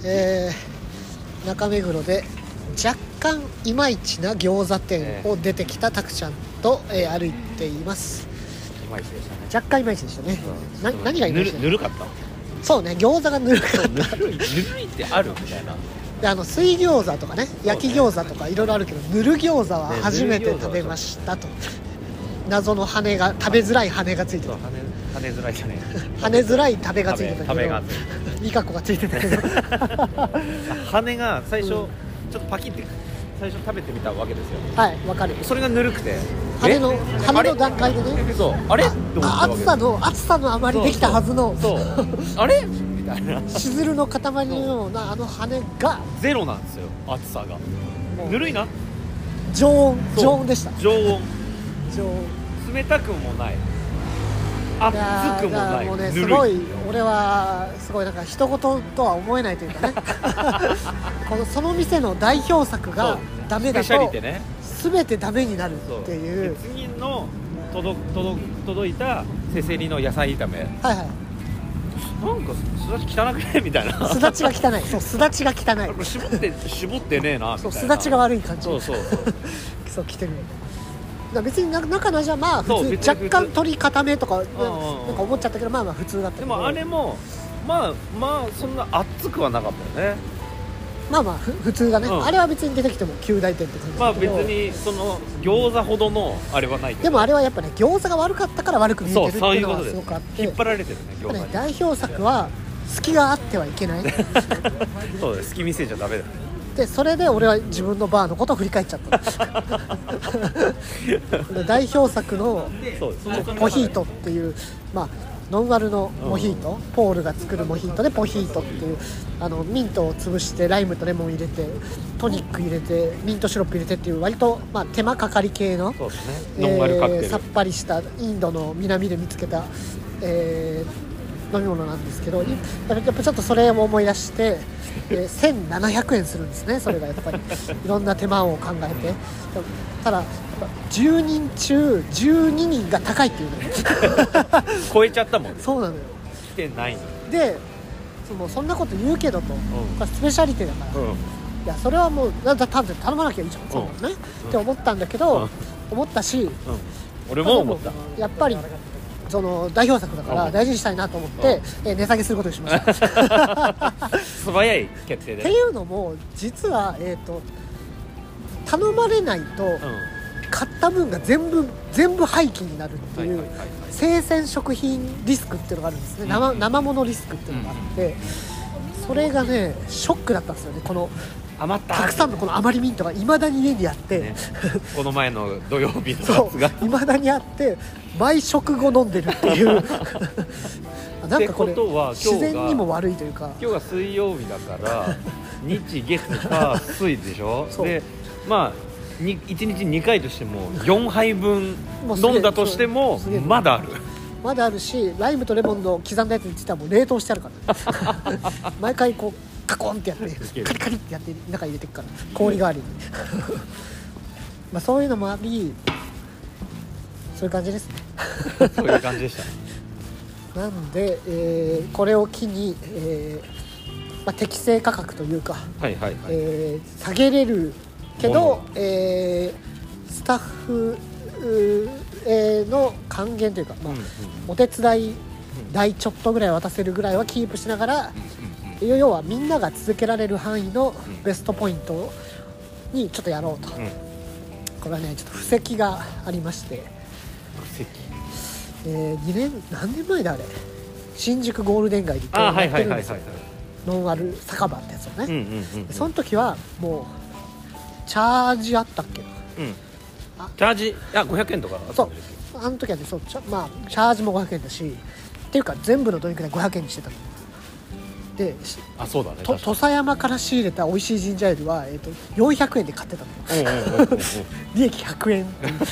中目黒で若干いまいちな餃子店を出てきたたくちゃんと、歩いています。 いまいちでしたね。 若干いまいちでしたね、何がいまいちぬるかった。 そうね、餃子がぬるかった。 ぬるいってあるみたいな。 で水餃子とかね、焼き餃子とかいろいろあるけど、ぬる餃子は初めて食べましたと、謎の羽が、食べづらい羽がついてた。 跳ねづらいじゃねえ。 跳ねづらい食べがついてたけど、 食べがミカコがついてたけど羽が最初、ちょっとパキって最初食べてみたわけですよ。 はい、わかる。 それがぬるくて、 羽の段階でね、 そう、あれ暑さのあまりできたはずの、 そうあれみたいな、 しずるの塊のようなあの羽がゼロなんですよ、暑さが。ぬるいな、 常温でした。 常温、冷たくもない、熱くもない、 もうね、すごい、俺はすごいなんか人事とは思えないというかねその店の代表作がダメだとスペシャリテね、 全てダメになるっていう。 次の届いたせせりの野菜炒め、 はいはい、 なんかすだち汚くねみたいな、 すだちが汚い、そう、すだちが汚い、 絞ってねえなみたいな、 そう、すだちが悪い感じ、 そうそう来てる。別に中の味はまあ普通、若干鶏固めとかなんか思っちゃったけど、まあ普通だったけど、 でもあれもまあそんな熱くはなかったよね。 まあ普通だね、あれは別に出てきても9大点って感じだけど、 まあ別にその餃子ほどのあれはないけど、 でもあれはやっぱね、餃子が悪かったから悪く見えてるっていうのがすごくあって、 引っ張られてるね、餃子に。 代表作は隙があってはいけないそうだ、隙見せちゃダメだよ。 でそれで俺は自分のバーのことを振り返っちゃった代表作のポヒートっていう、まあノンアルのモヒート、ポールが作るモヒートでポヒートっていう、ミントを潰してライムとレモン入れてトニック入れてミントシロップ入れてっていう割と、まあ、手間かかり系の、 そうですね、ノンアルカクテル、 さっぱりしたインドの南で見つけた、飲み物なんですけど、やっぱちょっとそれを思い出して、1700円するんですね。それがやっぱりいろんな手間を考えて、ただ10人中12人が高いっていうね超えちゃったもんね。 そうなのよ。 来てないのでそんなこと言うけどと、これスペシャリテだから、いやそれはもう多分頼まなきゃいいじゃん、そうだね、って思ったんだけど、思ったし、 俺も思った。 やっぱりその代表作だから大事にしたいなと思って、値下げすることにしました素早い決定で。 っていうのも実は、頼まれないと、買った分が全部廃棄になるっていう、生鮮食品リスクっていうのがあるんですね、生物リスクっていうのがあって、それがねショックだったんですよね。この余ったたくさんのこの余りミントがいまだに家にあって、ね、 この前の土曜日のやつがいまだにあって毎食後飲んでるっていうなんかこれ自然にも悪いというか、 今日が水曜日だから日月火水でしょでまあ1日2回としても4杯分飲んだとしてもまだあるし、ライムとレモンの刻んだやつについてはもう冷凍してあるから毎回こうカコンってやってカリカリってやって中入れていくから氷代わりにまあそういうのもあり、そういう感じですねそういう感じでしたなんで、これを機に、まあ、適正価格というか、下げれるけど、スタッフの還元というか、まあお手伝い代ちょっとぐらい渡せるぐらいはキープしながら、要はみんなが続けられる範囲のベストポイントにちょっとやろうと、これはねちょっと布石がありまして、何年前だあれ、新宿ゴールデン街でやってるんですよ、ノンアル酒場ってやつをね、その時はもうチャージあったっけな、 チャージ500円とかそう、あの時はね、そうまあチャージも500円だしっていうか全部のドリンクで500円にしてたので、 そうだね、 土佐山から仕入れた美味しいジンジャーエールは、400円で買ってたの利益100円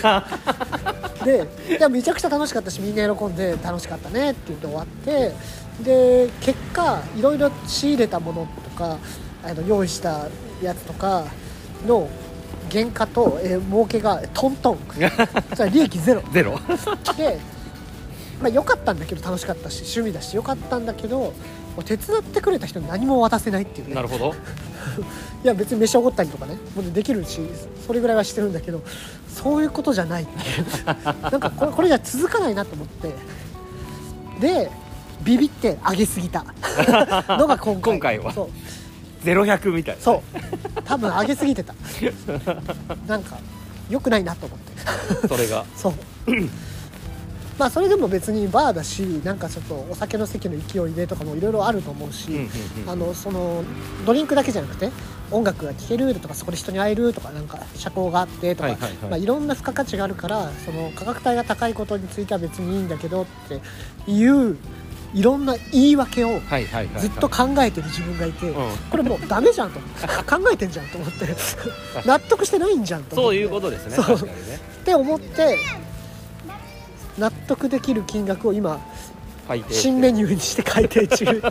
でめちゃくちゃ楽しかったし、みんな喜んで楽しかったねって言って終わって、で結果いろいろ仕入れたものとか用意したやつとかの原価と、儲けがトントンそれ利益ゼロでまあ良かったんだけど楽しかったし趣味だし良かったんだけど手伝ってくれた人に何も渡せないっていうね。 なるほどいや別に飯おごったりとかねもうできるしそれぐらいはしてるんだけどそういうことじゃないっていうなんかこれじゃ続かないなと思ってでビビって上げすぎたのが今回はそう 0100みたいな。 そう多分上げすぎてたなんか良くないなと思ってそれがそうまあそれでも別にバーだしなんかちょっとお酒の席の勢いでとかもいろいろあると思うし、そのドリンクだけじゃなくて音楽が聴けるとかそこで人に会えるとかなんか社交があってとか、まあいろんな付加価値があるからその価格帯が高いことについては別にいいんだけどっていういろんな言い訳をずっと考えてる自分がいて、これもうダメじゃんと思って考えてんじゃんと思って納得してないんじゃんと思ってそういうことですね。確かにねって思って納得できる金額を今新メニューにして改定中って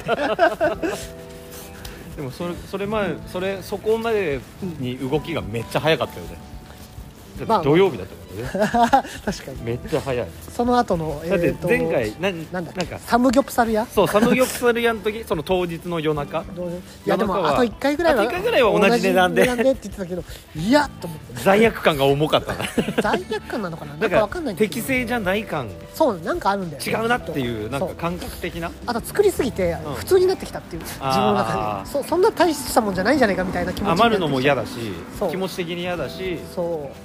でもそこまでに動きがめっちゃ早かったよね。だって土曜日だったからね確かにめっちゃ早い。 その後のだって前回なんかサムギョプサル屋そうサムギョプサル屋の時その当日の夜中いやでもあと1回ぐらいは同じ値段でって言ってたけどいやと思って罪悪感が重かったな罪悪感なのかななんか分かんないんだけど適正じゃない感そうなんかあるんだよ、ね、 違うなっていうなんか感覚的なあと作りすぎて普通になってきたっていう、自分の中でそんな大したもんじゃないんじゃないかみたいな気持ちになってきた。 余るのも嫌だし気持ち的に嫌だしそう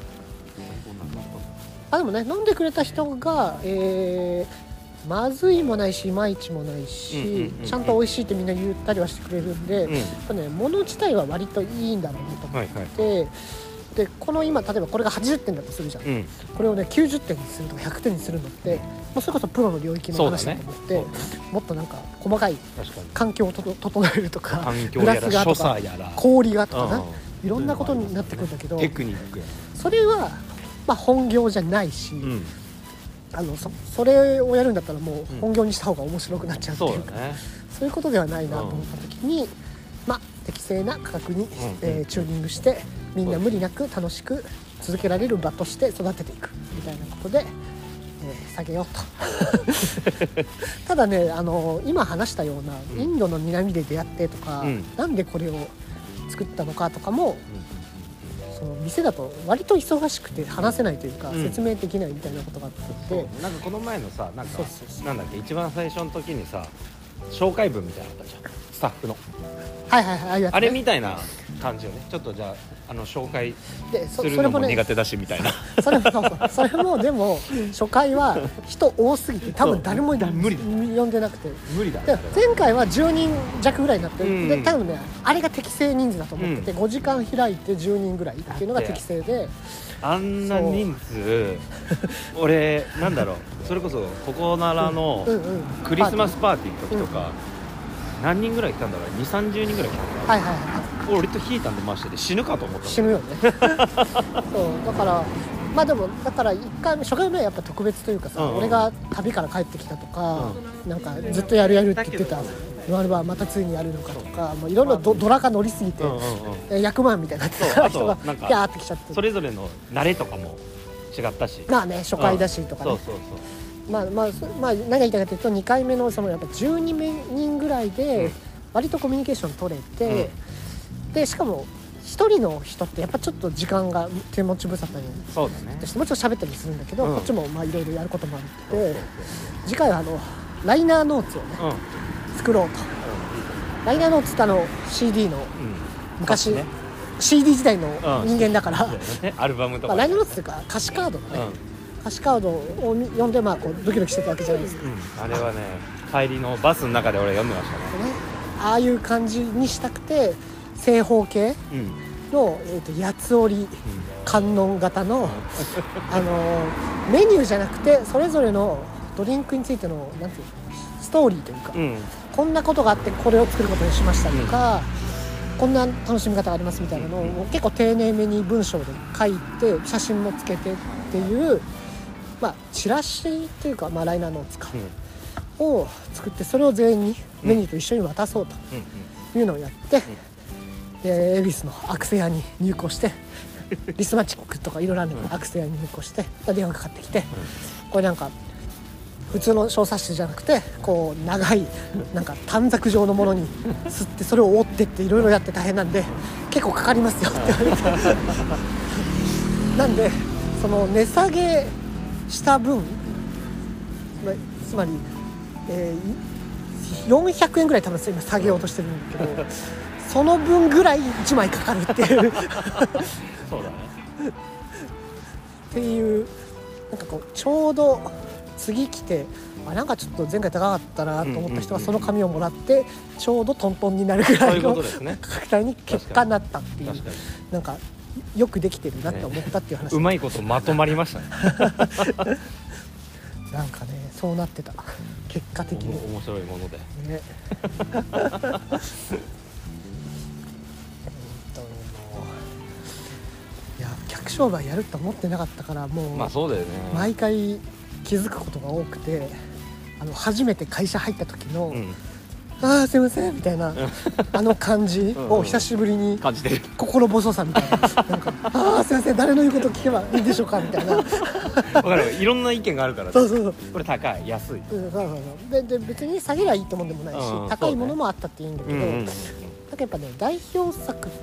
でもね飲んでくれた人が、まずいもないしいまいちもないし、ちゃんと美味しいってみんな言ったりはしてくれるんで、物自体は割といいんだろうねと思って、でこの今例えばこれが80点だとするじゃん、これをね90点にするとか100点にするのって、それこそプロの領域の話だと思って、もっとなんか細かい環境を整えるとかグラスがとか氷がとかな、いろんなことになってくるんだけど、 テクニックそれはまあ、本業じゃないし、それをやるんだったらもう本業にした方が面白くなっちゃうっていうか、そういうことではないなと思った時に、まあ、適正な価格に、チューニングしてみんな無理なく楽しく続けられる場として育てていくみたいなことで、下げようとただね今話したようなインドの南で出会ってとか、なんでこれを作ったのかとかも、その店だと割と忙しくて話せないというか、説明できないみたいなことがあって、 なんかこの前のさなんかなんだっけ一番最初の時にさ紹介文みたいなのあったじゃんスタッフのあれみたいな感じよね。ちょっとじゃあ紹介するのも苦手だしみたいなそれもでも初回は人多すぎて多分誰も呼んでなくて無理だね。 前回は10人弱ぐらいになって、で多分ねあれが適正人数だと思ってて、5時間開いて10人ぐらいっていうのが適正で、 あんな人数俺なんだろうそれこそここならのクリスマスパーティーの時とか何人ぐらい来たんだろう 2,30 人ぐらい来たんだ俺とヒータンで回してて死ぬかと思った。 死ぬよねそうだからまあでもだから1回目初回目はやっぱ特別というかさ、俺が旅から帰ってきたとか、なんかずっとやるって言ってたノアルバまたついにやるのかとか、いろいろドラが乗りすぎて、100万みたいになってた人がピャーってきちゃって、 それぞれの慣れとかも違ったし、 まあね初回だしとかね、まあ何が言いたいかというと2回目のそのやっぱ12人ぐらいで割とコミュニケーション取れて、でしかも一人の人ってやっぱちょっと時間が手持ち無沙汰にしてもちろん喋ったりするんだけど、こっちもまあいろいろやることもあって、次回はライナーノーツをね、作ろうと。ライナーノーツってCD の昔、CD 時代の人間だから、 アルバムとか、 ライナーノーツっていうか歌詞カードだね、歌詞カードを読んでこうドキドキしてたわけじゃないですか、 あれはね帰りのバスの中で俺読んでましたね。 ああいう感じにしたくて正方形の、八つ折り観音型のメニューじゃなくてそれぞれのドリンクについてのなんていうストーリーというか、こんなことがあってこれを作ることにしましたとか、こんな楽しみ方がありますみたいなのを結構丁寧めに文章で書いて写真もつけてっていう、チラシというか、ライナーノーツか、を作って、それを全員にメニューと一緒に渡そうというのをやって、で恵比寿のアクセ屋に入庫してリスマチックとかいろいろあるのアクセ屋に入庫して電話かかってきて、これなんか普通の小冊子じゃなくてこう長いなんか短冊状のものに吸ってそれを折ってっていろいろやって大変なんで結構かかりますよって言われてなんでその値下げした分つまり、400円ぐらい多分今下げようとしてるんだけどその分ぐらい1枚かかるっていうそうだねっていうなんかこうちょうど次来てなんかちょっと前回高かったなと思った人はその紙をもらってちょうどトントンになるぐらいの価格帯に結果なったっていうなんかよくできてるなって思ったっていう話、 うまいことまとまりましたねなんかねそうなってた結果的に面白いものでねいや客商売やると思ってなかったからもう、 まあそうだよね、 毎回気づくことが多くて初めて会社入った時の、あーすいませんみたいな感じを久しぶりに感じてる心細さみたいななんかあーすいません誰の言うこと聞けばいいんでしょうかみたいな分かるいろんな意見があるからそうこれ高い安い、 で別に下げりゃいいってもんでもないし、高いものもあったっていいんだけど、なんかやっぱね代表作って、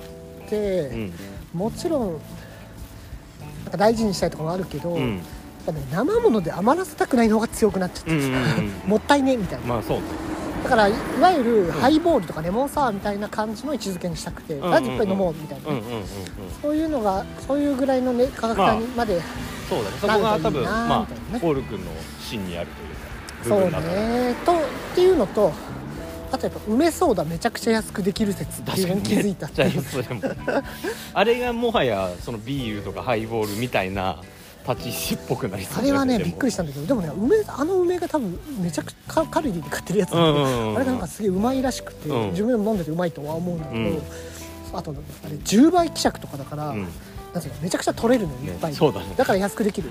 もちろんなんか大事にしたいとかもあるけど、やっぱね生もので余らせたくないのが強くなっちゃって、もったいねみたいな、 まあそうだからいわゆるハイボールとかレモンサワーみたいな感じの位置づけにしたくて、まずいっぱい飲もうみたいな、そういうのがそういうぐらいの、ね、価格帯まで、 そうだね、そこが多分まあポール君の芯にあるというかそうねっていうのと、あとやっぱ梅ソーダめちゃくちゃ安くできる説っていうのに気づいたっていうあれがもはやそのビールとかハイボールみたいな立ち位置っぽくなりそう。 あれはねびっくりしたんだけど、でもね梅が多分めちゃくちゃカルディで買ってるやつなんで、あれがなんかすげえうまいらしくて、自分でも飲んでてうまいとは思うんだけど、あとあれ10倍希釈とかだから、なんていうのめちゃくちゃ取れるのよいっぱい、 そうだね、 だから安くできる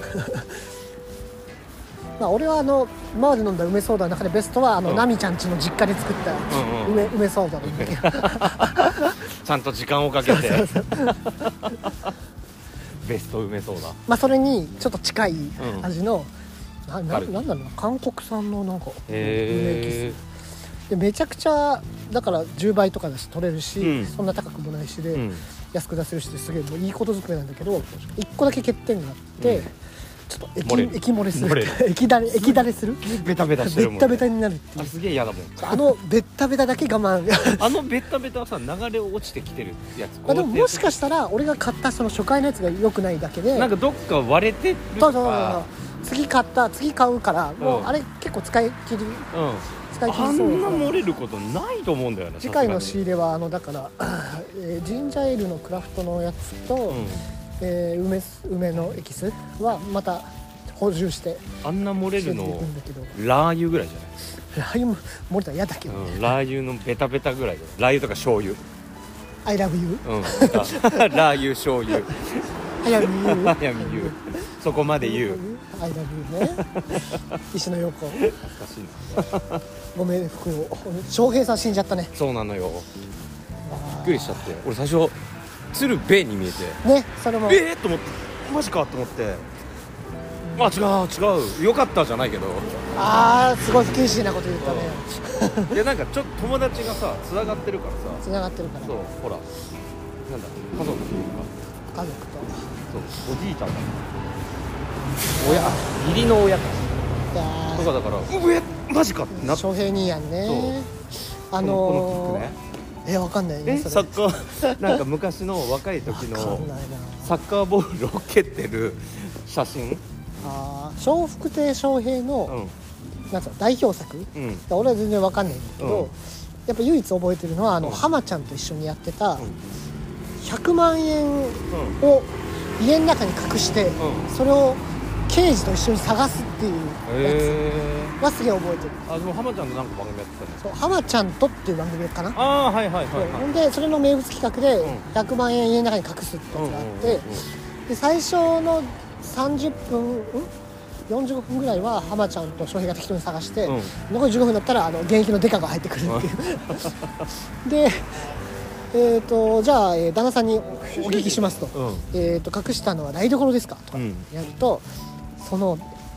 まあ俺は今まで飲んだ梅ソーダの中でベストはナミちゃん家の実家で作った梅ソーダなんだけどちゃんと時間をかけてベスト梅ソーダ、 まあそれにちょっと近い味の、なんだろうな韓国産のなんか梅エキスでめちゃくちゃだから10倍とかだし取れるし、そんな高くもないしで、安く出せるしですげえもういいことずくめなんだけど、1個だけ欠点があって、ちょっと液漏れする液だれするベタベタしてるもん、 ベタベタになるっていう、 すげえ嫌だもんベッタベタだけ我慢ベッタベタはさ流れ落ちてきてるやつでももしかしたら俺が買ったその初回のやつが良くないだけでなんかどっか割れてるとか、 次買うからもうあれ結構使い切りそう、 あんな漏れることないと思うんだよね。 次回の仕入れはだからジンジャーエールのクラフトのやつと、梅のエキスはまた補充してあんな漏れるのラー油ぐらいじゃない？ラー油漏れたら嫌だけど、 ラー油のベタベタぐらいで、ラー油とか醤油 I love you ラー油醤油 I love you そこまで言う I love you ね石野陽子懐かしいなご冥福を。翔平さん死んじゃったね。 そうなのよ、びっくりしちゃって、俺最初鶴瓶に見えてね、それもと思ってマジかと思って、違うよかったじゃないけど、 すごい不謹慎なこと言ったねいやなんかちょっと友達がさ繋がってるからさ、 繋がってるからそうほらなんだ家族というか家族とそうおじいちゃんだ義理の親かとかだからマジかってなって、 翔平兄やんね。 このキックね、 わかんないねサッカーなんか昔の若い時のサッカーボールを蹴ってる写真、 笑福亭笑平の、なんか代表作、俺は全然わかんないんだけど、やっぱ唯一覚えてるのは浜ちゃんと一緒にやってた100万円を家の中に隠して、それを刑事と一緒に探すっていうやつはすげえ覚えてる。 でも浜ちゃんのなんか番組やってたね。 そう浜ちゃんとっていう番組かな。 はいほんでそれの名物企画で100万円家の中に隠すってやつがあって、で最初の30分45分ぐらいは浜ちゃんと翔平が適当に探して、残り15分になったら現役のデカが入ってくるっていうでじゃあ、旦那さんにお聞きしますと、隠したのは台所ですかとかやると、その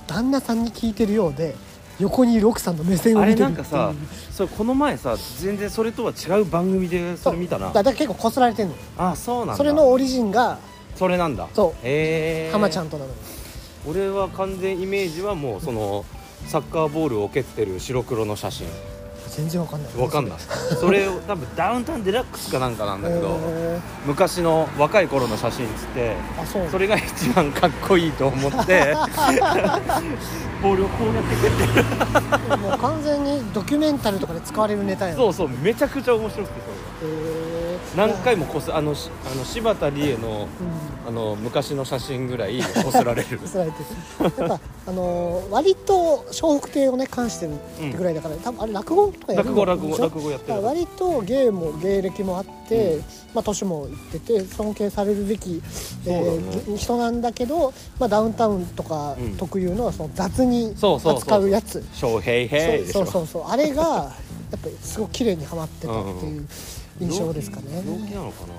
旦那さんに聞いてるようで横にいる奥さんの目線を見てるっていう。 あれなんかさ、それこの前さ全然それとは違う番組でそれ見たな。 だから結構こすられてんの。 あ、そうなんだ。 それのオリジンがそれなんだ。 そう浜ちゃんとなの。 俺は完全イメージはもうそのサッカーボールを蹴ってる白黒の写真。 全然わかんない。 わかんない。それを多分ダウンタウンデラックスかなんかなんだけど、昔の若い頃の写真っつって、それが一番かっこいいと思ってボールをこうやって蹴ってるもう完全にドキュメンタルとかで使われるネタやん。 そうそう、めちゃくちゃ面白くて、それが何回も柴田理恵の、昔の写真ぐらいこすられるこすられてる。やっぱ割と笑福亭をね関してるってぐらいだから、多分あれ落語とかやるの。 落語やってる。 割と芸歴もあって、年もいってて尊敬されるべき、人なんだけど、ダウンタウンとか特有のその雑に扱うやつ、 翔平平でしょ。 そうあれがやっぱりすごく綺麗にはまってたっていう印象ですかね。 陽気なのかな。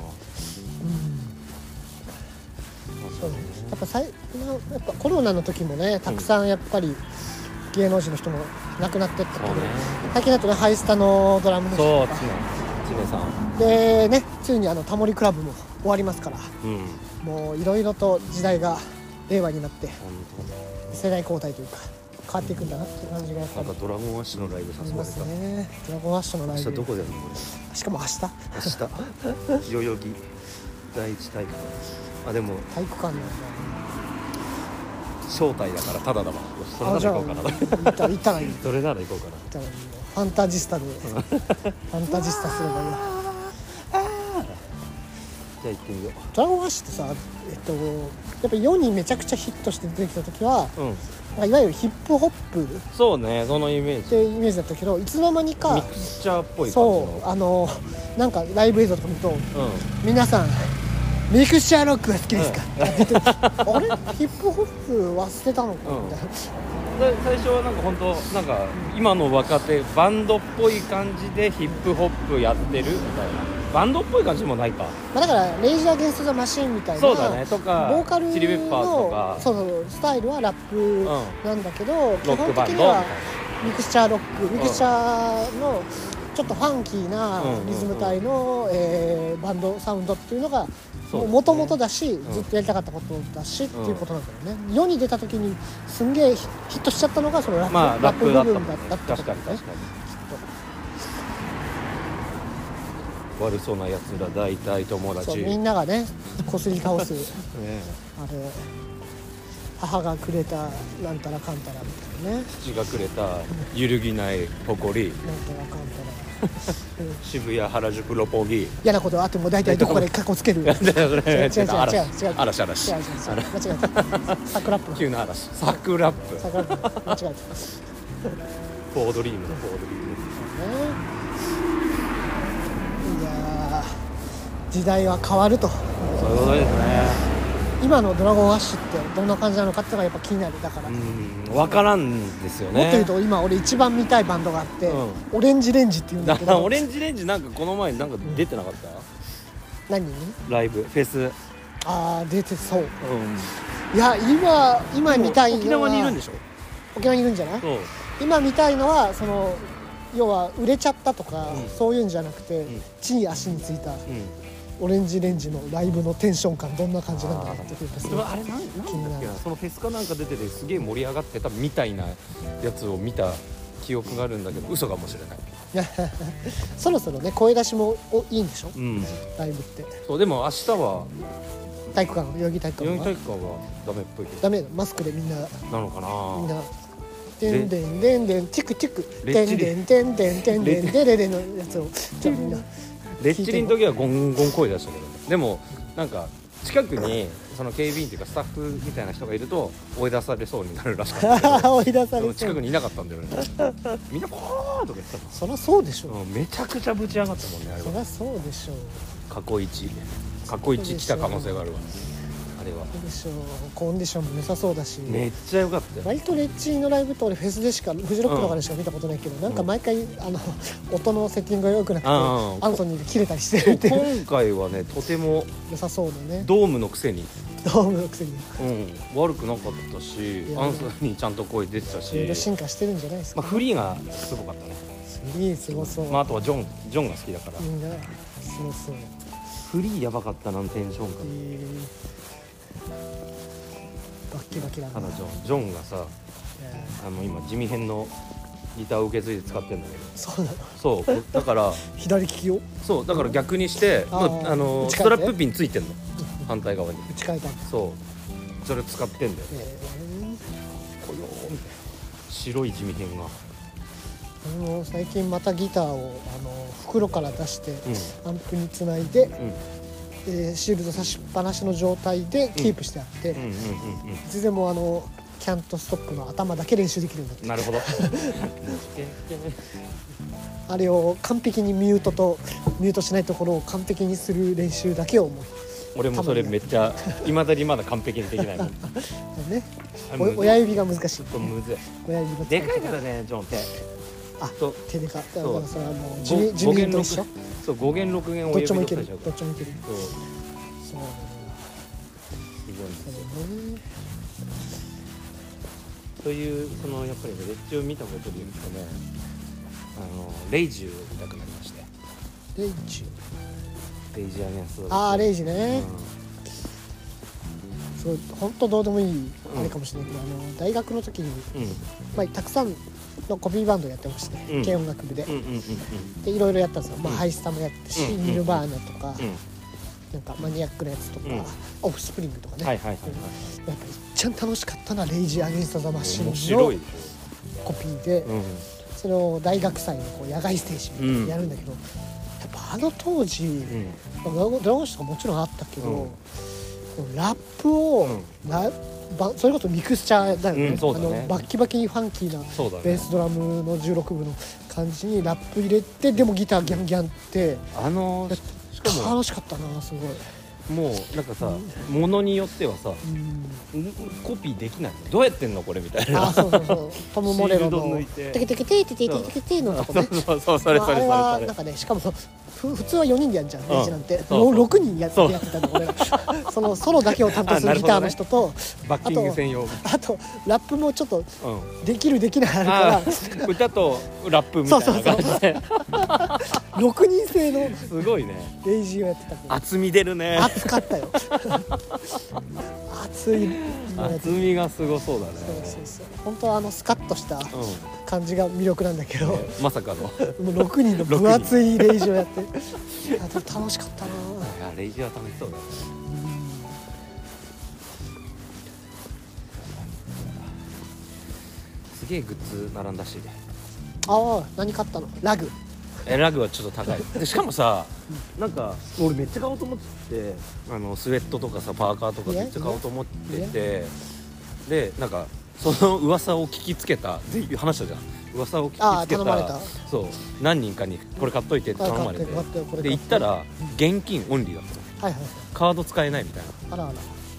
そうね、やっぱコロナの時もねたくさんやっぱり芸能人の人も亡くなってったけど、最近だとねハイスタのドラムの人とか知念さんでね、ついにタモリクラブも終わりますから、もういろいろと時代が令和になって世代交代というか変わっていくんだなって感じがやっぱり。 なんかドラゴンアッシュのライブさせられたね。ドラゴンアッシュのライブ明日どこでやるのこれ。しかも明日代々木第一体育館。でも体育館なんだ。 招待だからタダだわ。それなら行こうかな。 行ったらいい。 それなら行こうかな。 ファンタジスタでファンタジスタすればいいわ。 じゃあ行ってみよう。 ドラゴンアッシュってさ、やっぱ世にめちゃくちゃヒットして出てきた時は、いわゆるヒップホップ、 そうね、そのイメージってイメージだったけど、いつの間にかミクスチャーっぽい感じの、なんかライブ映像とか見ると、皆さんミクスチャーロックが好きですか、あれヒップホップ忘れたのかみたいな。 最初はなんか本当なんか今の若手バンドっぽい感じでヒップホップやってるみたいな。バンドっぽい感じもないか。 だからレイジー・アゲンスト・ザ・マシンみたいな、 そうだね、とかボーカルのチリペッパーズとかスタイルはラップなんだけど、基本的にはミクスチャーロック、ミクスチャーのちょっとファンキーなリズム体の、バンドサウンドっていうのがもともとだし、ずっとやりたかったことだし、っていうことなんだよね。世に出た時にすんげえヒットしちゃったのがそのラップ部分だったってことだね。 悪そうなやつら大体友達、 みんながねこすり倒すあれ、母がくれたなんたらかんたらみたいなね、 父がくれた揺るぎない誇りなんたらかんたら渋谷原宿六本木、 嫌なことあっても大体どこかでカッコつける。違う嵐間違えた、サクラップ、 急な嵐、サクラップ間違えたフォードリームのフォードリームね。いや時代は変わると。 そういうことですね。 今のドラゴンアッシュってどんな感じなのかっていうのがやっぱ気になる。だから分からんですよね。 もっと言うと今俺一番見たいバンドがあって、オレンジレンジっていうんだけど。 オレンジレンジなんかこの前なんか出てなかった、 何ライブフェス。 出てそう、いや今見たいのは沖縄にいるんでしょ。 沖縄にいるんじゃない。今見たいのはその要は売れちゃったとか、そういうんじゃなくて、地に足についた、オレンジレンジのライブのテンション感どんな感じなんだろうっていうあれなんだっけな、そのフェスかなんか出ててすげえ盛り上がってたみたいなやつを見た記憶があるんだけど、嘘かもしれない。 そろそろね声出しもいいんでしょ、ライブって。 そうでも明日は体育館、代々木体育館はダメっぽいけど。 ダメ、マスクでみんななのかな。 みんなでんでんでんでんチクチクでんでんでんでんでんでんでれれのやつをじゃあみんなレッチリの時はゴンゴン声出したけど、でもなんか近くにその警備員っていうかスタッフみたいな人がいると追い出されそうになるらしかった。 追い出されそう。 近くにいなかったんだよね。みんなポーとか言ってた。 そりゃそうでしょ。 めちゃくちゃぶち上がったもんねあれは。 そりゃそうでしょう。 過去一来た可能性があるわ。あれはそうでしょう。コンディションも良さそうだし、 めっちゃ良かったよ。 割とレッチリのライブって俺フェスでしか、フジロックとかでしか見たことないけど、なんか毎回音のセッティングが良くなくて、アンソニーで切れたりしてるっていう。 今回はねとても良さそうだね。 ドームのくせにドームのくせに、 悪くなかったし、アンソニーちゃんと声出てたし、 いろいろ進化してるんじゃないですか。 フリーがすごかったね。 フリーすごそう。 あとはジョンが好きだから。 すごそう。 フリーやばかったな、テンション感。 バッキバキだな。 ただジョンがさ、今地味編のギターを受け継いで使ってるんだけど。 そうなの。 そうだから左利きを。 そうだから逆にして、ストラップピンついてんの、反対側に打ち替えた。 そうそれ使ってんだよ。こよーみたいな白い地味編が。 最近またギターを袋から出して、アンプにつないで、シールド差しっぱなしの状態でキープしてあって、いつでもキャントストップの頭だけ練習できるんだって。 なるほどあれを完璧にミュートしないところを完璧にする練習だけを俺もそれめっちゃいまだにまだ完璧にできないもんね。親指が難しい。 むずい。 親指がでかいからね、ジョン手。 手でか。だからそれはもう地味と一緒。 そう、5弦6弦どっちもいける。どっちもいける。そう。 というやっぱりレッジを見たことでいうとね、レイジを見たくなりまして。 レイジアゲンスト。 レイジね。そう本当どうでもいいあれかもしれないけど、大学の時にたくさんのコピーバンドやってまして、軽音楽部ででいろいろやったんですよ。ハイスタもやってし、ニルバーナとか、なんかマニアックなやつとか、オフスプリングとかね。やっぱり一番楽しかったのはレイジアゲンストザマシンのコピーで、それを大学祭の野外ステージみたいなやるんだけど、やっぱ当時、ドラゴンショーもちろんあったけど、ラップを、それこそミクスチャーだよね。バッキバキにファンキーなベースドラムの16分の感じにラップ入れて、でもギターギャンギャンって楽しかったな。すごい。 もうなんかさ、ものによってはさ、コピーできない、どうやってんのこれみたいな。 そうトム・モレロのテケテケテテテテテテのとこね。 そうそれあれはなんかね、しかも普通は4人でやるじゃん、レイジなんて。6人やってたの俺。そのソロだけを担当するギターの人と、 バッキング専用、 あとラップもちょっとできるできないあるから、 歌とラップみたいな感じで 6人制のすごいねレイジをやってた。 厚み出るね。 熱かったよ。厚みがすごそうだね。 そう本当はスカッとした感じが魅力なんだけど、 まさかのもう6人の分厚いレイジをやって楽しかったな。 レイジは楽しそうだね。すげえグッズ並んだし。 何買ったの？ラグはちょっと高い。でしかもさ、なんか俺めっちゃ買おうと思ってて、スウェットとかさパーカーとかめっちゃ買おうと思ってて、でなんかその噂を聞きつけたって話したじゃん。噂を聞きつけた、そう何人かにこれ買っといてって頼まれて、で行ったら現金オンリーだったの。カード使えないみたいな。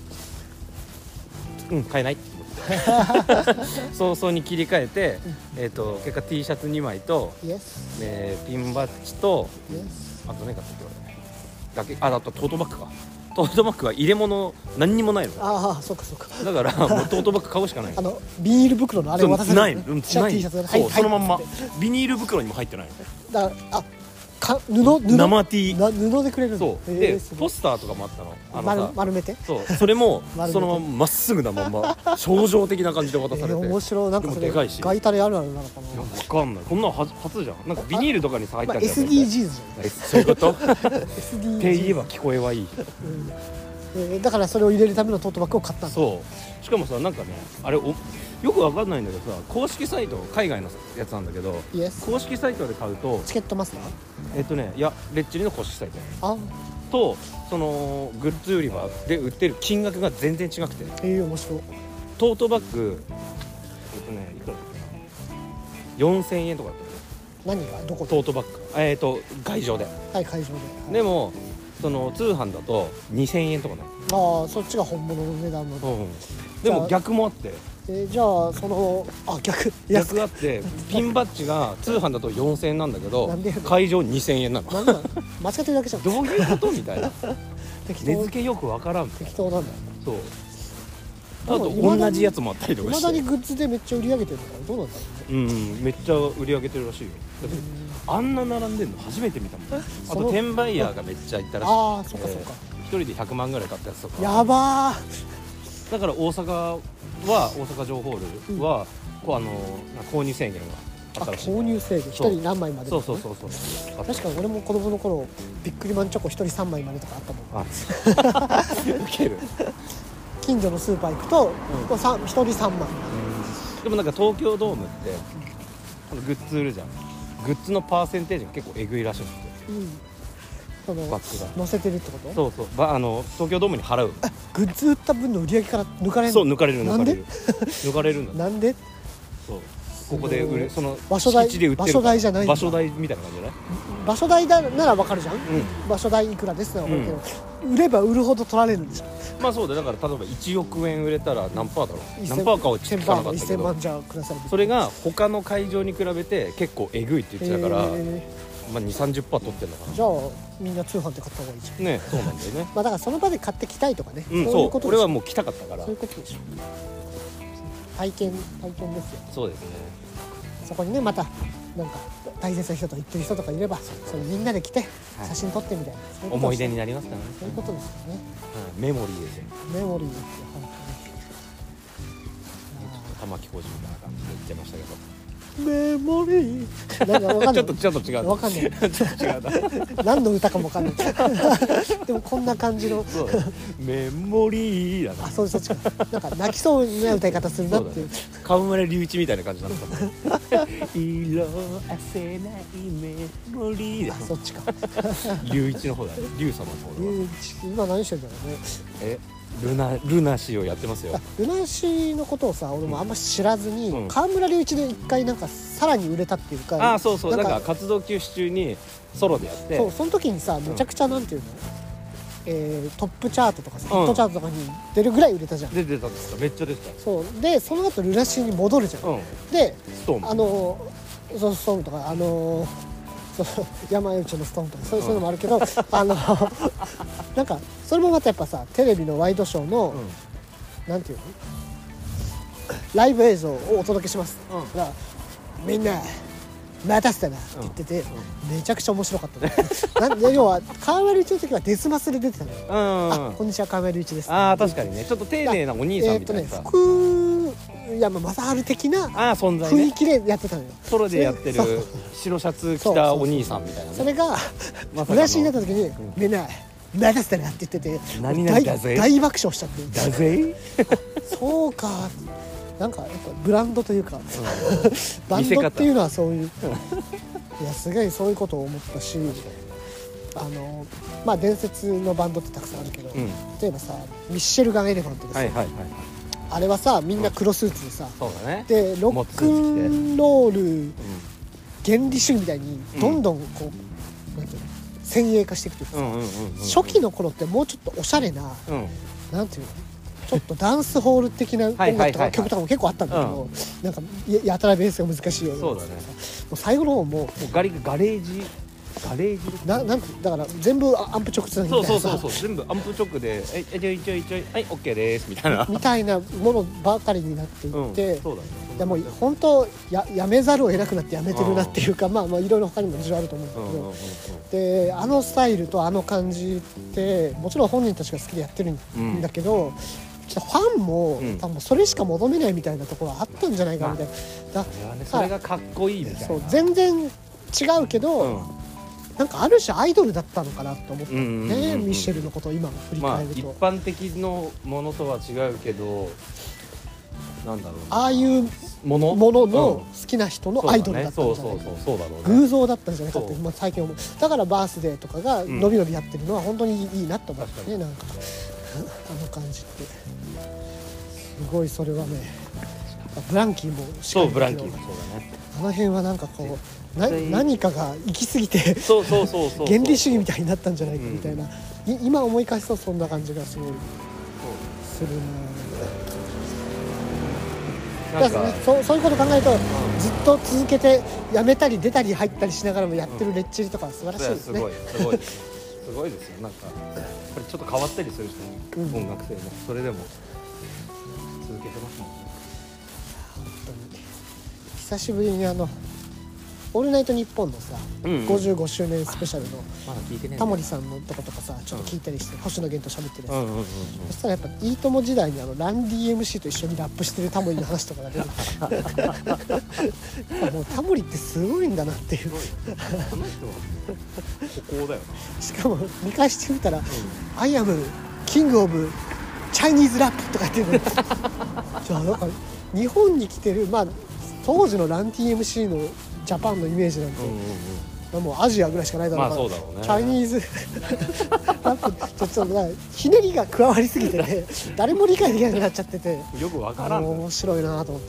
買えないって早々に切り替えて、結果 T シャツ2枚と、ピンバッジと、あとね買ったっけだとトートバッグか。トートバッグは入れ物何にもないの。 そうかだからもうトートバッグ買うしかない。 ビニール袋のあれ渡せない。 T シャツそうそのまんまビニール袋にも入ってないの。 だから生 T 布でくれるの。 そうでポスターとかもあったの。 丸めて。 それもそのまままっすぐなまんま症状的な感じで渡されて。 面白い。なんかそれガイタレあるあるなのかな。 分かんない。こんなの初じゃん。なんかビニールとかに入ったんじゃん。 SDGs じゃん。 そういうことって言えば聞こえはいい。 だからそれを入れるためのトートバッグを買ったんだ。 そうしかもさ、なんかねあれよくわかんないんだけどさ、公式サイト海外のやつなんだけど、公式サイトで買うとチケットマスターいやレッチリの公式サイトとそのグッズ売り場で売ってる金額が全然違くて、 面白い。 トートバッグいくらだっけな、4000円とかだった。 何がどこ？ トートバッグ会場で。 会場で。 でもその通販だと2000円とかね。 そっちが本物の値段の。 でも逆もあって、 じゃあ逆あって、ピンバッジが通販だと4000円なんだけど会場2000円なの。 間違ってるだけじゃん。 どういうことみたいな。値付けよくわからん。 適当なんだ。 そうあと同じやつもあったりとかして、 いまだにグッズでめっちゃ売り上げてるのかな、どうなんだろうね。 めっちゃ売り上げてるらしいよ。だってあんな並んでんの初めて見たもん。あと転売ヤーがめっちゃ行ったらしい。 ああ、そっかそっか。 一人で100万ぐらい買ったやつとか。 やばー。だから大阪城ホールは、購入制限があったらしい。 購入制限、一人何枚まで、 そう確かに俺も子供の頃ビックリマンチョコ一人3枚までとかあったもん。 ウケる。 近所のスーパー行くと、一人3枚。 でもなんか東京ドームってグッズ売るじゃん。グッズのパーセンテージが結構えぐいらしくて、バッグが載せてるってこと？ そう東京ドームに払う。 グッズ売った分の売り上げから抜かれるの？ そう、抜かれるなんで抜かれるんだ。 なんで？ そうここで売る、その場所代、 敷地で売ってる場所代じゃないんだ。 場所代みたいな感じじゃない？ 場所代だなら分かるじゃん、場所代いくらですって分かるけど、売れば売るほど取られるんでしょ。 まあそうだよ。だから例えば1億円売れたら何パーだろう、何パーかは聞かなかったけ 1000 ど、 万じゃください。 それが他の会場に比べて結構えぐいって言ってたから、2,30% 取ってんのかな。 じゃあみんな通販で買った方がいいじゃんね。そうなんだよね。 だからその場で買ってきたいとかね、 そういうこと。俺はもう来たかったから。 そういうことでしょ。体験ですよ。 そうですね。 そこにね、またなんか大切な人と行ってる人とかいれば、それみんなで来て写真撮ってみたいな、 思い出になりますからね。 そういうことですよね。 メモリーですよ。 メモリーですよ、本当に。玉置浩二みたいな感じで言ってましたけど。 メモリーなんかわかんない。 ちょっと違う。 わかんない。 ちょっと違う。 何の歌かもわかんない。でもこんな感じの。 メモリーだな。 あ、そっちか。なんか泣きそうな歌い方するなっていう。 川村隆一みたいな感じだったもん。色あせないメモリーだ。 そっちか。 隆一の方だね。隆様の方だ。 今何してんだろうね。 ルナシーをやってますよ。 ルナシーのことをさ、俺もあんま知らずに、川村隆一で一回なんかさらに売れたっていうか。 そう。なんか活動休止中にソロでやって。 その時にさ、めちゃくちゃなんていうの、トップチャートとかさ、ヒットチャートとかに出るぐらい売れたじゃん。 出てたんですか。めっちゃ出てた。 そうで、その後ルナシーに戻るじゃん。で、ストームとか山内のストーンとかそういうのもあるけど、なんかそれもまたやっぱさ、テレビのワイドショーの、なんていうの、ライブ映像をお届けします、だからみんな待たせたなって言ってて、めちゃくちゃ面白かったね。要は川村隆一の時はデスマスで出てたのよ。こんにちは、川村隆一です。 確かにね、ちょっと丁寧なお兄さんみたいなさ、 福山雅治的な存在ね、 雰囲気でやってたのよ。 ソロでやってる白シャツ着たお兄さんみたいなね。 それが村になった時に、みんな待たせたなって言ってて、 何々だぜ、 大爆笑しちゃって。 だぜそうか、なんかやっぱブランドというか、バンドっていうのはそういう、いやすごいそういうことを思ったし、伝説のバンドってたくさんあるけど、例えばさ、ミッシェルガン・エレファントですよ。あれはさ、みんな黒スーツでさ、でロックンロール原理主義みたいにどんどんこう、なんていうの、先鋭化していくというかさ、初期の頃ってもうちょっとおしゃれな、なんていうの、ちょっとダンスホール的な音楽とか曲とかも結構あったんだけど、なんかやたらベースが難しいような。そうだね。もう最後の方もガレージなんだから全部アンプ直通みたいな。 そう全部アンプ直でちょいはい OK ですみたいなものばかりになっていって、でも本当やめざるを得なくなってやめてるなっていうか、いろいろ他にも事情あると思うんだけど、であのスタイルとあの感じってもちろん本人たちが好きでやってるんだけど、ファンも多分それしか求めないみたいなところはあったんじゃないかみたいな。 それがかっこいいみたいな。 そう全然違うけど、なんかある種アイドルだったのかなと思ったね、ミッシェルのことを今振り返ると。 一般的のものとは違うけど、なんだろう、 ああいうものの好きな人のアイドルだったんじゃないか、偶像だったんじゃないかって最近思う。だからバースデーとかが伸び伸びやってるのは本当にいいなと思ってね。なんかあの感じってすごい、それはね、ブランキーもしかりだけど、 ブランキーもそうだね。 あの辺はなんかこう何かが行き過ぎて原理主義みたいになったんじゃないかみたいな、今思い返すとそんな感じがすごいするな。だからね、そういうこと考えると、ずっと続けてやめたり出たり入ったりしながらもやってるレッチリとか素晴らしいですね。 すごいすごいですよ。なんかやっぱりちょっと変わったりする人も、音楽性もそれでも続けてますもんね。 本当に久しぶりにオールナイトニッポンのさ、55周年スペシャルのまだ聞いてねえタモリさんのとことかさちょっと聞いたりして、星野源と喋ってるやつ、そしたらやっぱいいとも時代にランディ MC と一緒にラップしてるタモリの話とかが出てもうタモリってすごいんだなっていう。 この人は孤高だよな。 しかも見返してみたら「I am King of Chinese Rap」とか言ってるじゃあなんか日本に来てる、まあ当時のランディ MC のジャパンのイメージなんて、もうアジアぐらいしかないだろうから、 まあそうだろうね、 チャイニーズラップちょっとひねりが加わりすぎてね誰も理解できなくなっちゃっててよくわからん、ね、 面白いなと思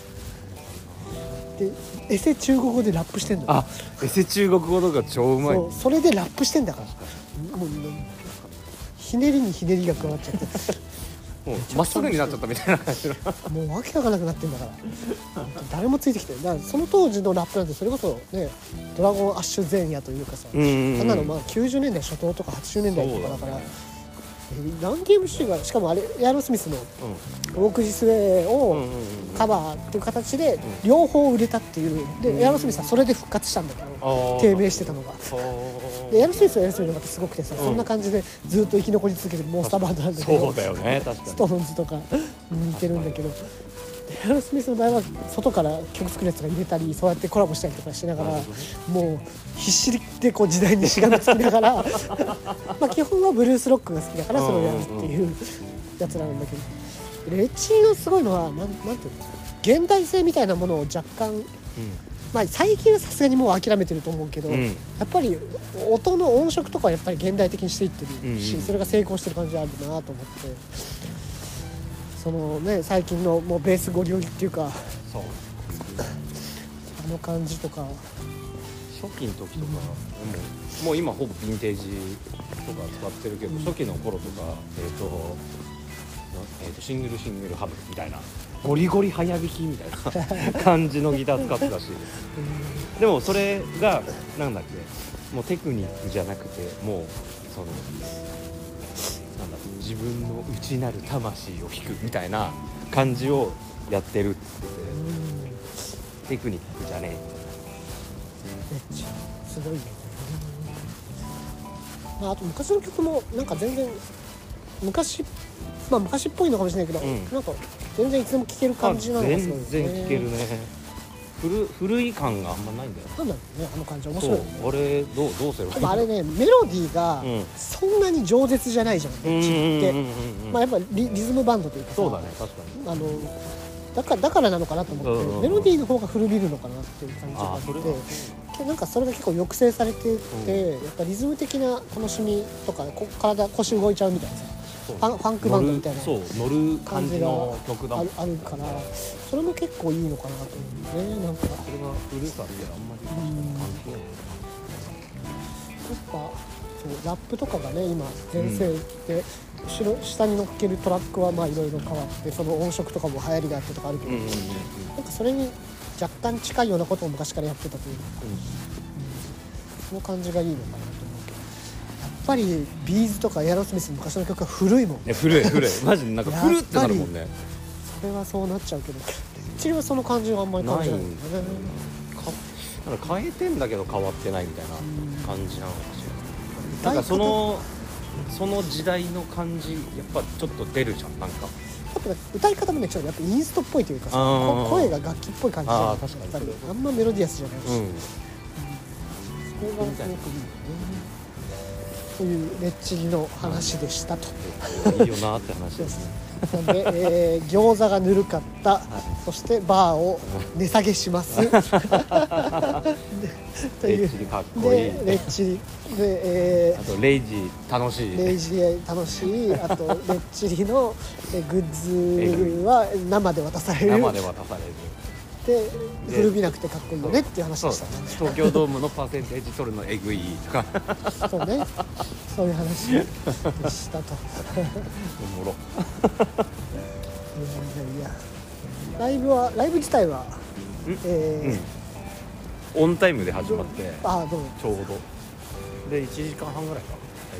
ってでエセ中国語でラップしてんの。 あ、エセ中国語とか超うまい。 それでラップしてんだからもうひねりにひねりが加わっちゃってもうまっすぐになっちゃったみたいな感じのもうわけわかんなくなってんだから誰もついてきてる。だからその当時のラップなんてそれこそねドラゴンアッシュ前夜というかさ、あんなのまあ90年代初頭とか80年代とかだからランディ MC がしかもあれエアロスミスの「ウォーク・ジス・ウェイ」をカバーっていう形で両方売れたっていうでエアロスミスはそれで復活したんだけど低迷してたのがでエアロスミスはエアロスミスでまたすごくてさ、そんな感じでずっと生き残り続けてるモンスターバンドなんだけど、 そうだよね、確かにストーンズとか似てるんだけどエアロスミスの場合は外から曲作るやつが入れたりそうやってコラボしたりとかしながらもう必死でこう時代にしがみつきながらまあ基本はブルースロックが好きだからそれをやるっていうやつなんだけど、レッチリのすごいのはなんていうの現代性みたいなものを若干、まあ最近はさすがにもう諦めてると思うけど、やっぱり音の音色とかはやっぱり現代的にしていってるし、それが成功してる感じあるなと思って。そのね、最近のもうベースゴリゴリっていうかそうあの感じとか初期の時とか、もう今ほぼヴィンテージとか使ってるけど、初期の頃とかシングルハブみたいなゴリゴリ早弾きみたいな感じのギター使ってたしでもそれがなんだっけ、もうテクニックじゃなくてもうそのなんだろう、自分の内なる魂を弾くみたいな感じをやってるって言ってて、テクニックじゃねめっちゃすごいね。あと昔の曲もなんか全然昔っぽいのかもしれないけど、なんか全然いつでも聴ける感じなのがすごいね。 全然聴けるね。古い感があんまないんだよ。 なんだろうね、あの感じ面白いよね。 あれどうすればいいの？ あれね、メロディーがそんなに饒舌じゃないじゃん、って。まあやっぱリズムバンドというかさ、 そうだね、確かに。 だからなのかなと思って、メロディーの方が古びるのかなっていう感じがあって、なんかそれが結構抑制されてて、やっぱリズム的な楽しみとか腰動いちゃうみたいなさ、ファンクバンドみたいな乗る感じの曲だあるから、それも結構いいのかなと思うね。なんかそれが古さってあんまり感じない。 やっぱそうラップとかがね今全盛で、下に乗っけるトラックはまあいろいろ変わって、その音色とかも流行りがあってとかあるけど、なんかそれに若干近いようなことを昔からやってたというか、その感じがいいのかなと思うけど、やっぱりビーズとかエアロスミスの昔の曲は古いもん。 古いマジでなんか古ってなるもんね。 それはそうなっちゃうけど、うちはその感じはあんまり感じないんだよね。 なんか変えてんだけど変わってないみたいな感じなのかしら。なんかその時代の感じやっぱちょっと出るじゃん。なんか歌い方もねちょっとやっぱインストっぽいというかさ、声が楽器っぽい感じじゃん。やっぱりあんまメロディアスじゃないし、それがすごくいいよね。というレッチリの話でしたと。 いいよなって話ですね。 なんで、餃子がぬるかった、そしてバーを値下げしますというレッチリかっこいい。 レッチリで、 あとレイジー楽しい。あとレッチリのグッズは生で渡される。で古びなくてかっこいいよねっていう話でしたね。 東京ドームのパーセンテージ取るのエグいとかそうね、そういう話でしたと。 おもろ。 いやライブ自体はオンタイムで始まって、 どうちょうどで1時間半ぐらいか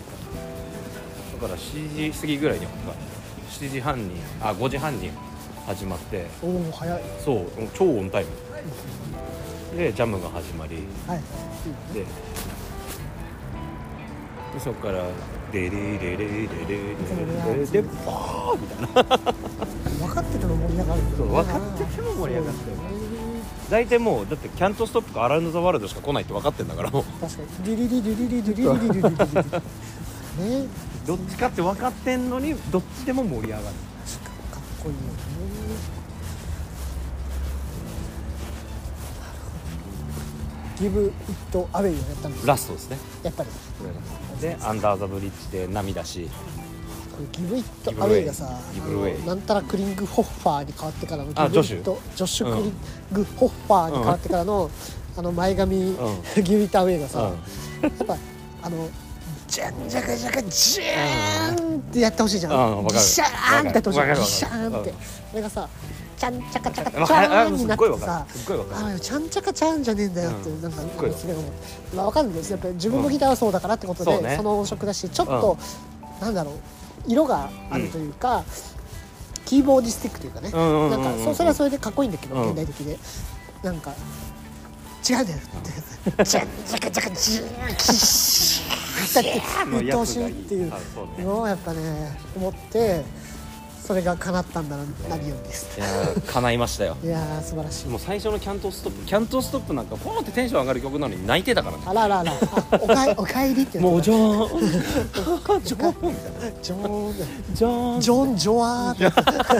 朝から7時過ぎぐらいに7時半に5時半に始まって、 おお早い。 そう超オンタイムでジャムが始まり、 はい、 でそこからデレレレレレレレでバーみたいな分かってても盛り上がる。 そう分かってても盛り上がってる。大体もうだってキャントストップかアラウンドザワールドしか来ないって分かってんだからもう。 確かにリリリリリリリリリリリリリリね。 どっちかって分かってんのにどっちでも盛り上がる。 かっこいいよね。ギブ・イット・アウェイをやったんです。 ラストですねやっぱり。 でアンダーザブリッジで涙し、 ギブ・イット・アウェイがさ、なんたらクリング・ホッファーに変わってからのジョシュクリング・ホッファーに変わってからの、前髪、ギブ・イット・アウェイがさ、やっぱジャンジャカジャカジャーンってやってほしいじゃん。ギシャーンってやってほしい。ギシャーンって。それがさ、チャンチャカチャカチャーンになってさ、チャンチャカチャーンじゃねえんだよってなんかすごい思う。まあわかるんですよ。やっぱり自分のギターはそうだからってことで、その音色だし、ちょっとなんだろう色があるというか、キーボーディスティックというかね、なんかそれはそれでかっこいいんだけど、現代的でなんか違うんだよってジャンジャカジャカジャーンキシャーって言ってほしいっていうのをやっぱね思って、それが叶ったんだな、何よりです。 いや叶いましたよ。 いや素晴らしい。 もう最初のキャントストップなんかポーンってテンション上がる曲なのに泣いてたからね。 あらららおかえりってもうジョーンジョーンみたいなジョーンジョワー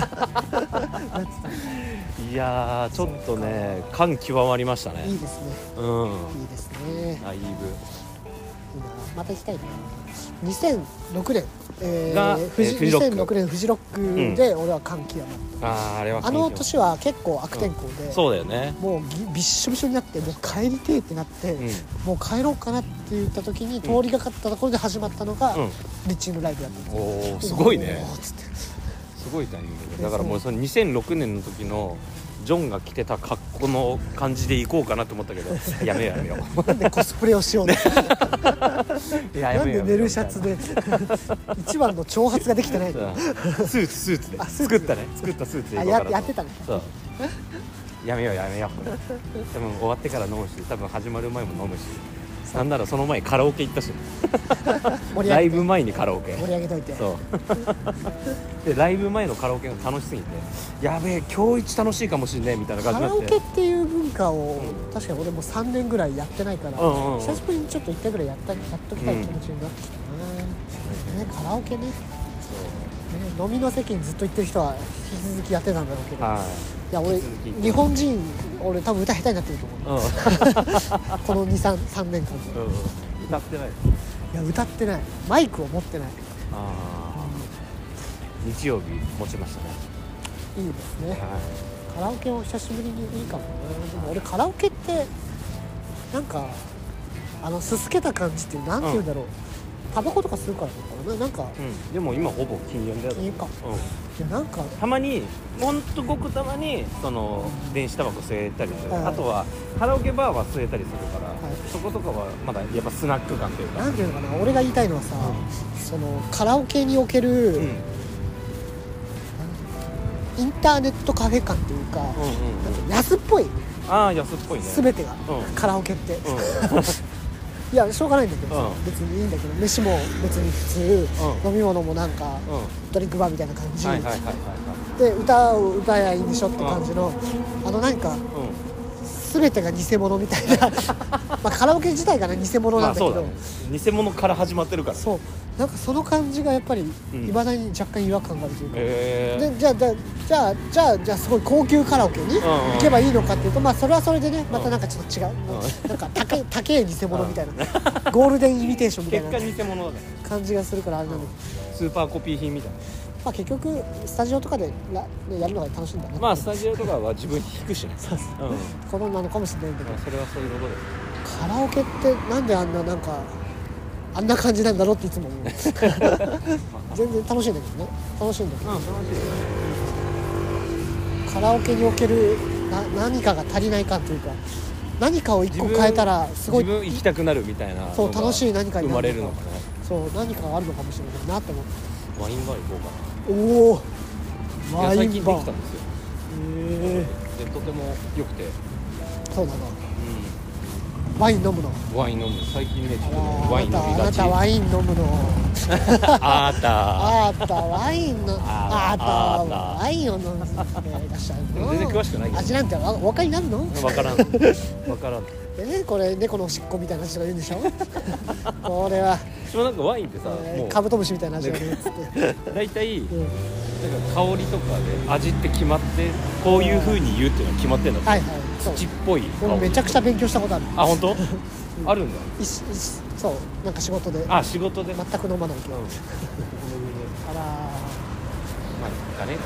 いやちょっとね感極まりましたね。 いいですね。いいですね。 ライブまた行きたいな。2006年2006年フジロックで俺は感極まった。 あれはあの年は結構悪天候で、 そうだよね。 もうびっしょびしょになってもう帰りてえってなって、もう帰ろうかなって言った時に通りがかったところで始まったのがリッチーのライブだったんですよ。 おおすごいね。すごいタイミングだからもうその2006年の時のジョンが着てた格好の感じで行こうかなと思ったけどやめようなんでコスプレをしようねなんで寝るシャツで一番の挑発ができてないのスーツで作ったスーツで行こうかなやってたね。 そうやめようでも終わってから飲むし、多分始まる前も飲むし、なんならその前カラオケ行ったしライブ前にカラオケ盛り上げといて、 そうでライブ前のカラオケが楽しすぎて、やべえ今日一楽しいかもしれないみたいな感じになって、 カラオケっていう文化を、確かに俺も3年ぐらいやってないから、久しぶりにちょっと1回ぐらいやっときたい気持ちになってきたな、カラオケね、飲みの席にずっと行ってる人は引き続きやってたんだろうけど、いや俺日本人俺多分歌下手になってると思う、この 3年間で、 歌ってない。 いや歌ってない、マイクを持ってない。 日曜日持ちましたね。 いいですね、カラオケを久しぶりにいいかもね。でも俺カラオケってなんかすすけた感じってなんて言うんだろう、タバコとかするからとかなんか、 でも今ほぼ禁煙だよ。 禁煙か、いやなんかたまにほんとごくたまにその電子タバコ吸えたりする、あとはカラオケバーは吸えたりするから、そことかはまだやっぱスナック感というか、 なんていうのかな、俺が言いたいのはさ、そのカラオケにおける、インターネットカフェ感というか、安っぽい、 安っぽいね全てが、カラオケって、いやしょうがないんだけどさ、別にいいんだけど、飯も別に普通、飲み物もなんか、ドリンクバーみたいな感じ、で歌を歌えばいいんでしょって感じの、なんか、全てが偽物みたいなまあカラオケ自体がね偽物なんだけど、 偽物から始まってるから、 そうなんかその感じがやっぱりいまだに若干違和感があるというか、でじゃあすごい高級カラオケに行けばいいのかっていうと、まあそれはそれでねまたなんかちょっと違う、なんか高い偽物みたいなゴールデンイミテーションみたいな結果偽物だね感じがするからあれなんだけど、スーパーコピー品みたいな、 まあ結局スタジオとかでやるのが楽しいんだね。 まあスタジオとかは自分に弾くしねそうそう、このなのかもしれないけど、 それはそういうことです。 カラオケってなんでなんかあんな感じなんだろうっていつも思う全然楽しいんだけどね、楽しいんだけど、カラオケにおける何かが足りない感というか、何かを一個変えたらすごい自分行きたくなるみたいな、 そう楽しい何かに生まれるのかな。 そう何かあるのかもしれないなって思って。 ワインバー行こうかな。おおワインバー最近できたんですよ。でとても良くて。 そうなの、ワイン飲むの。 ワイン飲む最近ねちょっとねワイン飲みがち。 あなたワイン飲むのあーたワインのワインを飲んでいらっしゃるの。 全然詳しくないけど味なんてお分かりになるの。 分からんこれ猫のおしっこみたいな味が言うんでしょこれはでもなんかワインってさ、もうカブトムシみたいな味がねっつって大体、なんか香りとかで味って決まってこういう風に言うっていうのは決まってんだって。 はいはい、 土っぽい香り。 俺めちゃくちゃ勉強したことある。 あ、本当？あるんだ。 そうなんか仕事で。 あ、仕事で全く飲まないけど、あらまあいいかね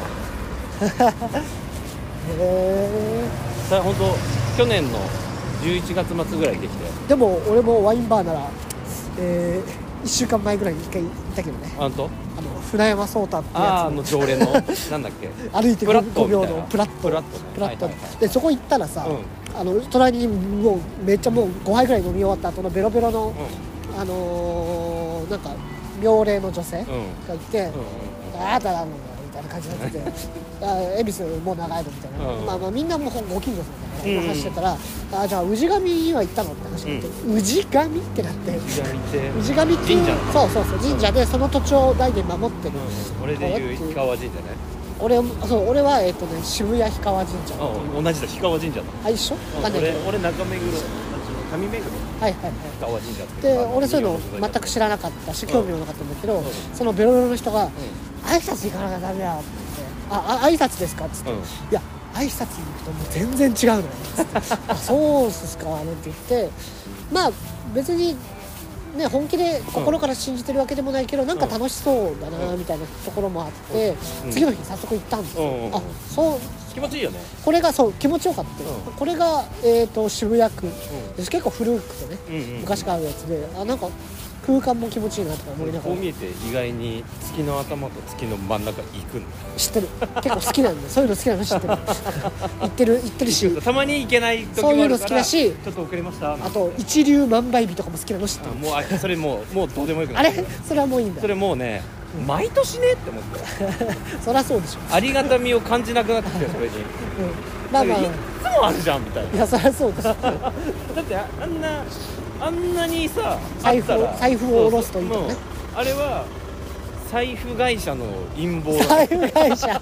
へえ。 それ本当去年の11月末ぐらいできて。 でも俺もワインバーなら、1週間前ぐらいに1回行ったけどね。 本当？ 船山壮太ってやつ常連のなんだっけ歩いて5秒のプラットでそこ行ったらさ、隣にもうめっちゃもう5杯ぐらい飲み終わった後のベロベロの、なんか妙齢の女性がいて、あなたなんだみたいな感じになってて恵比寿もう長いのみたいな、まあみんなもうご近所さんだから話してたら、じゃあ氏神には行ったのって話になって、氏神ってなって、氏神っていうそう神社でその土地を代々守ってる。 俺でいう氷川神社ね。俺は渋谷氷川神社。 同じだ氷川神社だ。 あ一緒？ 俺中目黒上目黒。 はい氷川神社って。 で俺そういうの全く知らなかったし興味もなかったんだけど、そのベロベロの人が挨拶行かなきゃダメだって言って、挨拶ですかっつって、いや挨拶に行くともう全然違うのよそうですかなんて言って、まあ別にね本気で心から信じてるわけでもないけど、なんか楽しそうだなみたいなところもあって、次の日早速行ったんですよ。そう気持ちいいよね。 これがそう気持ちよかった、これが、渋谷区、結構古くてね、昔からあるやつで、なんか空間も気持ちいいなとか思いながら。 こう見えて意外に月の頭と月の真ん中行くの知ってる。結構好きなんでそういうの好きなの知ってる行ってるしたまに行けない時もあるから、そういうの好きだし、ちょっと遅れましたあと一粒万倍日とかも好きなの知ってる。 もうそれもうどうでもよくない。あれそれはもういいんだ。 それもうね、毎年ねって思ってそりゃそうでしょ。 ありがたみを感じなくなってきて、それに、まあいつもあるじゃんみたいな。 いやそりゃそうですだってあんなにさ財布を下ろすといいとね。 あれは財布会社の陰謀だ。 財布会社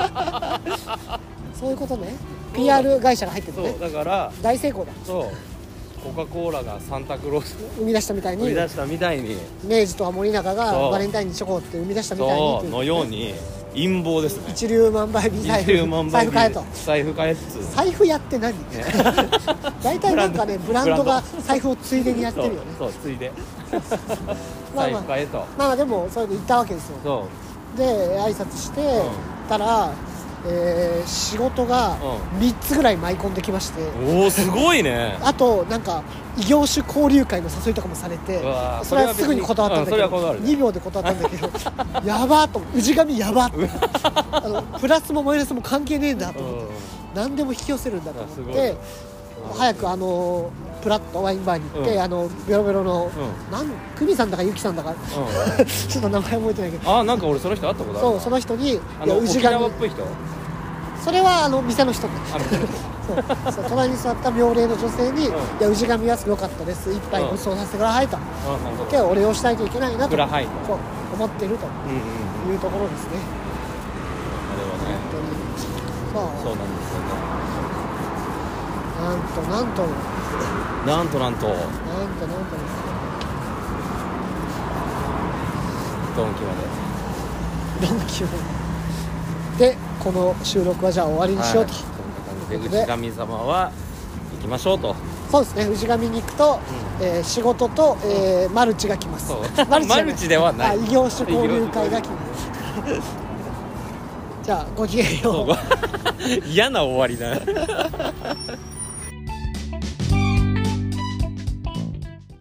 そういうことね。 PR 会社が入ってるね。 そうだから大成功だ。 そうコカ・コーラがサンタクロース生み出したみたいに、明治とか森永がバレンタインにチョコって生み出したみたいにのように陰謀ですね。 一粒万倍日財布買えと。 財布買えっつう。 財布屋って何大体なんかねブランドが財布をついでにやってるよね。 そうついで財布買えと。 まあでもそれで行ったわけですよ。で挨拶してたら、仕事が3つぐらい舞い込んできまして、 おおすごいね。 あとなんか異業種交流会の誘いとかもされて、それはすぐに断ったんだけど、2秒で断ったんだけどやばーと、氏神やばープラスもマイナスも関係ねえんだと思って、何でも引き寄せるんだと思って、早くプラッとワインバーに行って、ベロベロの久美さんだかゆきさんだかちょっと名前覚えてないけど、 なんか俺その人会ったことある。 そうその人に沖縄っぽい人。 それは店の人だそう隣に座った妙齢の女性に、いや氏神はすごかったです、一杯ご馳走させてくださいと、でお礼をしたいといけないなと思っているというところですね。 あれはね、そうなんですよね。 なんとドンキまでこの収録はじゃあ終わりにしようと、 氏神様は行きましょうと。 そうですね、氏神に行くと、仕事と、マルチが来ます。 マルチではない、 異業種交流会が来ますじゃあごきげんよう嫌な終わりだ